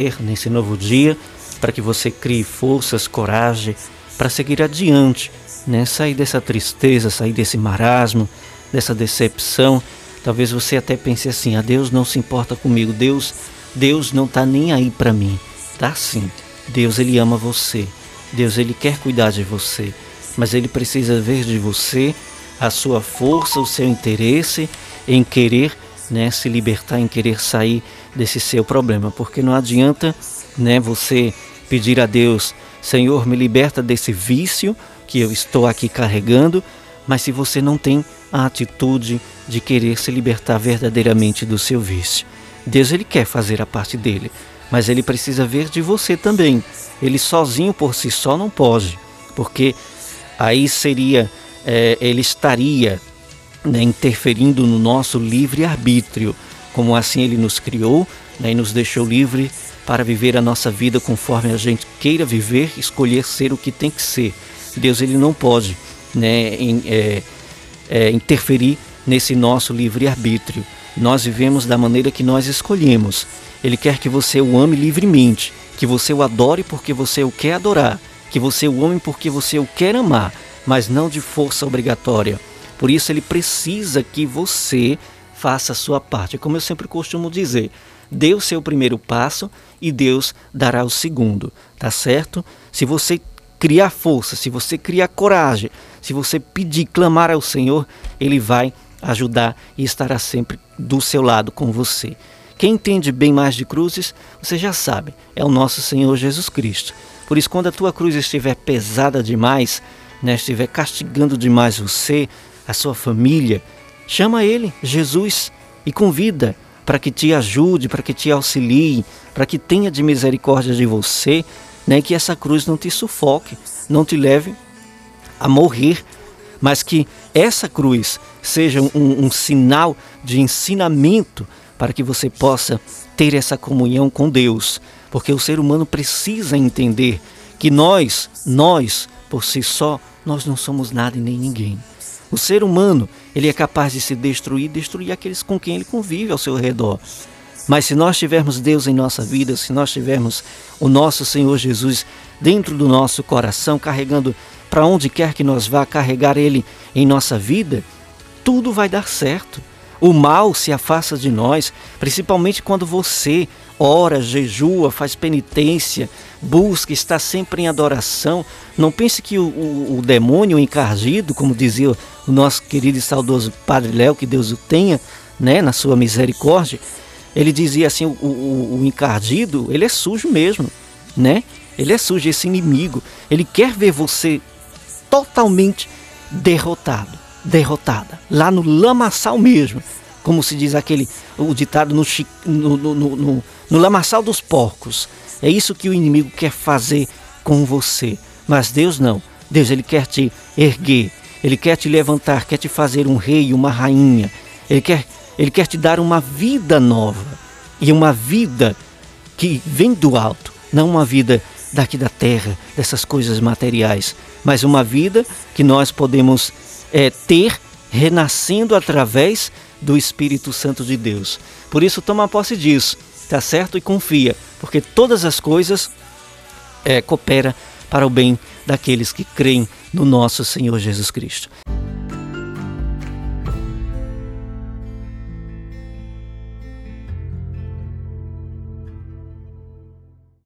nesse novo dia, para que você crie forças, coragem para seguir adiante, né? Sair dessa tristeza, sair desse marasmo, dessa decepção. Talvez você até pense assim: Deus não se importa comigo, Deus não está nem aí para mim. Tá sim, Deus ele ama você, Deus ele quer cuidar de você, mas ele precisa ver de você a sua força, o seu interesse em querer, né, se libertar, em querer sair desse seu problema, porque não adianta, né, você pedir a Deus: Senhor, me liberta desse vício que eu estou aqui carregando, mas se você não tem a atitude de querer se libertar verdadeiramente do seu vício. Deus ele quer fazer a parte dele, mas ele precisa ver de você também. Ele sozinho por si só não pode, porque aí seria, ele estaria, né, interferindo no nosso livre-arbítrio. Como assim ele nos criou, né, e nos deixou livre para viver a nossa vida conforme a gente queira viver, escolher ser o que tem que ser. Deus ele não pode, né, interferir nesse nosso livre-arbítrio. Nós vivemos da maneira que nós escolhemos. Ele quer que você o ame livremente, que você o adore porque você o quer adorar, que você o ame porque você o quer amar, mas não de força obrigatória. Por isso ele precisa que você faça a sua parte. Como eu sempre costumo dizer, dê o seu primeiro passo e Deus dará o segundo, tá certo? Se você criar força, se você criar coragem, se você pedir, clamar ao Senhor, ele vai ajudar e estará sempre do seu lado com você. Quem entende bem mais de cruzes, você já sabe, é o nosso Senhor Jesus Cristo. Por isso, quando a tua cruz estiver pesada demais, né, estiver castigando demais você, a sua família, chama Ele, Jesus, e convida para que te ajude, para que te auxilie, para que tenha de misericórdia de você, né, que essa cruz não te sufoque, não te leve a morrer, mas que essa cruz seja um sinal de ensinamento para que você possa ter essa comunhão com Deus, porque o ser humano precisa entender que nós, por si só, nós não somos nada e nem ninguém. O ser humano, ele é capaz de se destruir aqueles com quem ele convive ao seu redor. Mas se nós tivermos Deus em nossa vida, se nós tivermos o nosso Senhor Jesus dentro do nosso coração, carregando para onde quer que nós vá, carregar Ele em nossa vida, tudo vai dar certo. O mal se afasta de nós, principalmente quando você ora, jejua, faz penitência, busca, está sempre em adoração. Não pense que o demônio encardido, como dizia o nosso querido e saudoso Padre Léo, que Deus o tenha, né, na sua misericórdia, ele dizia assim, o encardido, ele é sujo mesmo, né? Ele é sujo, esse inimigo. Ele quer ver você totalmente derrotada, lá no lamaçal mesmo, como se diz o ditado no lamaçal dos porcos. É isso que o inimigo quer fazer com você, mas Deus não. Deus ele quer te erguer, ele quer te levantar, quer te fazer um rei, uma rainha. Ele quer te dar uma vida nova, e uma vida que vem do alto, não uma vida daqui da terra, dessas coisas materiais, mas uma vida que nós podemos ter renascendo através do Espírito Santo de Deus. Por isso toma posse disso, tá certo? E confia, porque todas as coisas cooperam para o bem daqueles que creem no nosso Senhor Jesus Cristo.